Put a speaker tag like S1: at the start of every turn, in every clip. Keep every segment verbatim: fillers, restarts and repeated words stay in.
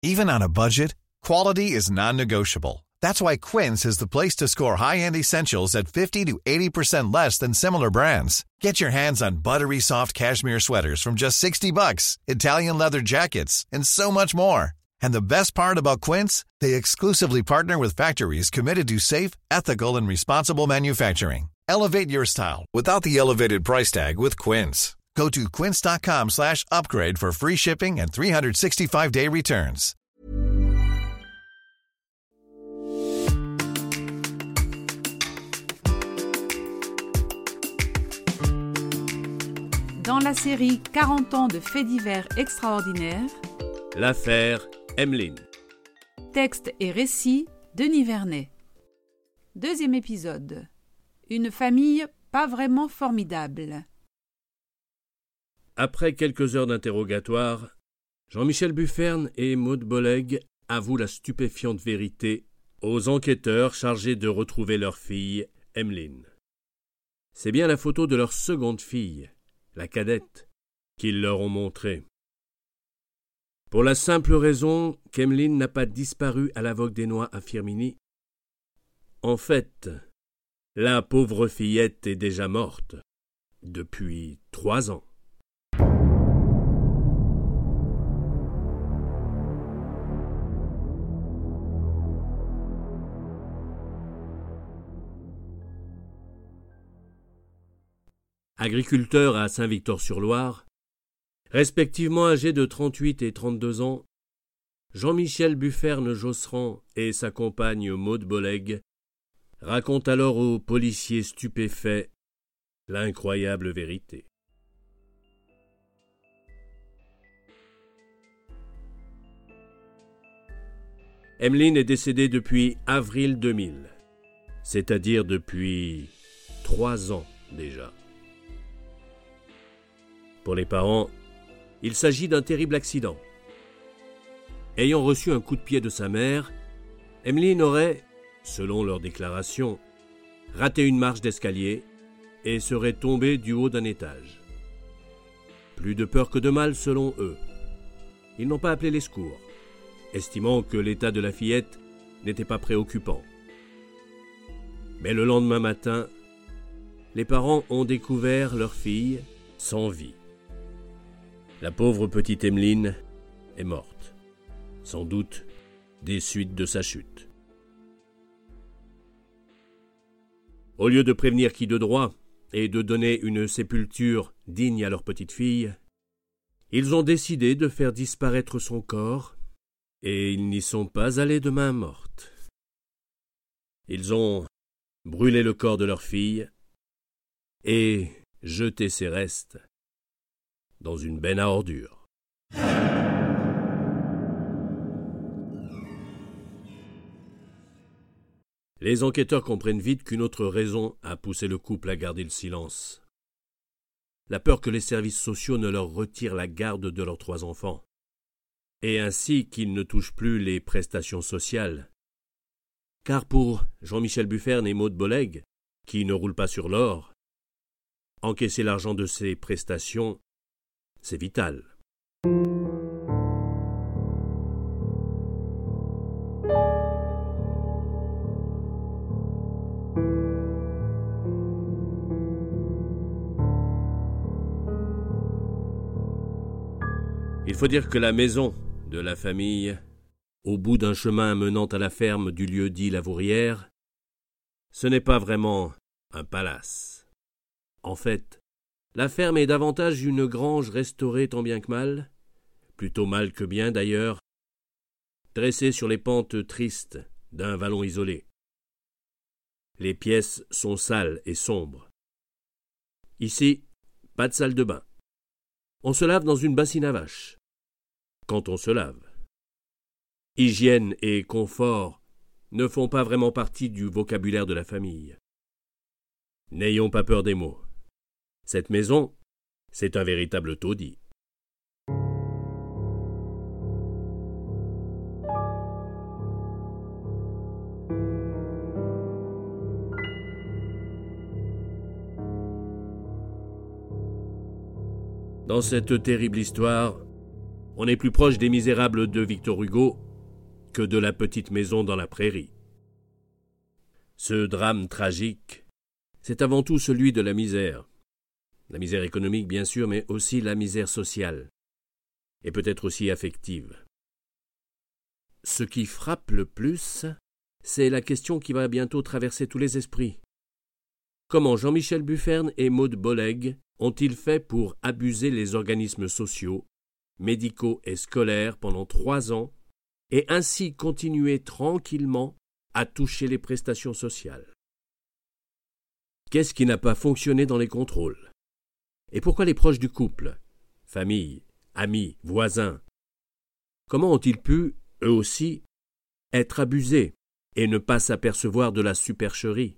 S1: Even on a budget, quality is non-negotiable. That's why Quince is the place to score high-end essentials at fifty to eighty percent less than similar brands. Get your hands on buttery soft cashmere sweaters from just sixty bucks, Italian leather jackets, and so much more. And the best part about Quince, they exclusively partner with factories committed to safe, ethical, and responsible manufacturing. Elevate your style without the elevated price tag with Quince. Go to quince.com slash upgrade for free shipping and three sixty-five day returns.
S2: Dans la série quarante ans de faits divers extraordinaires,
S3: l'affaire Emmeline.
S2: Texte et récit, Denis Vernet. Deuxième épisode. Une famille pas vraiment formidable.
S3: Après quelques heures d'interrogatoire, Jean-Michel Bufferne et Maude Boleg avouent la stupéfiante vérité aux enquêteurs chargés de retrouver leur fille, Emmeline. C'est bien la photo de leur seconde fille, la cadette, qu'ils leur ont montrée. Pour la simple raison qu'Emmeline n'a pas disparu à la Vogue des Noix à Firminy. En fait, la pauvre fillette est déjà morte, depuis trois ans. Agriculteur à Saint-Victor-sur-Loire, respectivement âgés de trente-huit et trente-deux ans, Jean-Michel Bufferne-Josserand et sa compagne Maude Boleg racontent alors aux policiers stupéfaits l'incroyable vérité. Emmeline est décédée depuis avril deux mille, c'est-à-dire depuis trois ans déjà. Pour les parents, il s'agit d'un terrible accident. Ayant reçu un coup de pied de sa mère, Emmeline aurait, selon leur déclaration, raté une marche d'escalier et serait tombée du haut d'un étage. Plus de peur que de mal selon eux. Ils n'ont pas appelé les secours, estimant que l'état de la fillette n'était pas préoccupant. Mais le lendemain matin, les parents ont découvert leur fille sans vie. La pauvre petite Emmeline est morte, sans doute des suites de sa chute. Au lieu de prévenir qui de droit et de donner une sépulture digne à leur petite fille, ils ont décidé de faire disparaître son corps et ils n'y sont pas allés de main morte. Ils ont brûlé le corps de leur fille et jeté ses restes dans une benne à ordures. Les enquêteurs comprennent vite qu'une autre raison a poussé le couple à garder le silence. La peur que les services sociaux ne leur retirent la garde de leurs trois enfants, et ainsi qu'ils ne touchent plus les prestations sociales. Car pour Jean-Michel Bufferne et Maude Boleg, qui ne roulent pas sur l'or, encaisser l'argent de ces prestations, c'est vital. Il faut dire que la maison de la famille, au bout d'un chemin menant à la ferme du lieu dit la Vourière, ce n'est pas vraiment un palace. En fait, la ferme est davantage une grange restaurée tant bien que mal, plutôt mal que bien d'ailleurs, dressée sur les pentes tristes d'un vallon isolé. Les pièces sont sales et sombres. Ici, pas de salle de bain. On se lave dans une bassine à vache. Quand on se lave. Hygiène et confort ne font pas vraiment partie du vocabulaire de la famille. N'ayons pas peur des mots. Cette maison, c'est un véritable taudis. Dans cette terrible histoire, On est plus proche des Misérables de Victor Hugo que de La petite maison dans la prairie. Ce drame tragique, c'est avant tout celui de la misère. La misère économique, bien sûr, mais aussi la misère sociale, et peut-être aussi affective. Ce qui frappe le plus, c'est la question qui va bientôt traverser tous les esprits. Comment Jean-Michel Buffern et Maud Bolleg ont-ils fait pour abuser les organismes sociaux, médicaux et scolaires pendant trois ans et ainsi continuer tranquillement à toucher les prestations sociales? Qu'est-ce qui n'a pas fonctionné dans les contrôles? Et pourquoi les proches du couple, famille, amis, voisins, comment ont-ils pu, eux aussi, être abusés et ne pas s'apercevoir de la supercherie?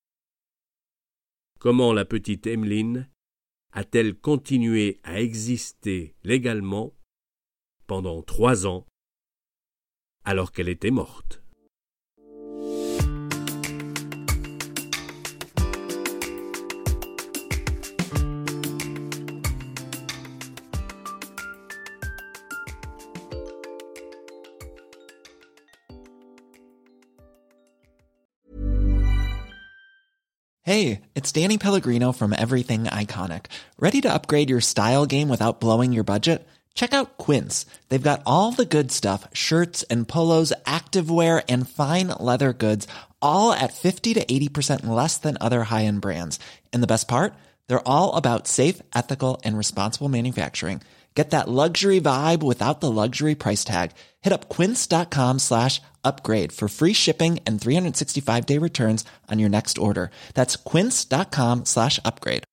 S3: Comment la petite Emmeline a-t-elle continué à exister légalement pendant trois ans alors qu'elle était morte?
S4: Hey, it's Danny Pellegrino from Everything Iconic. Ready to upgrade your style game without blowing your budget? Check out Quince. They've got all the good stuff, shirts and polos, activewear, and fine leather goods, all at fifty to eighty percent less than other high-end brands. And the best part? They're all about safe, ethical, and responsible manufacturing. Get that luxury vibe without the luxury price tag. Hit up quince.com slash upgrade for free shipping and three sixty-five day returns on your next order. That's quince.com slash upgrade.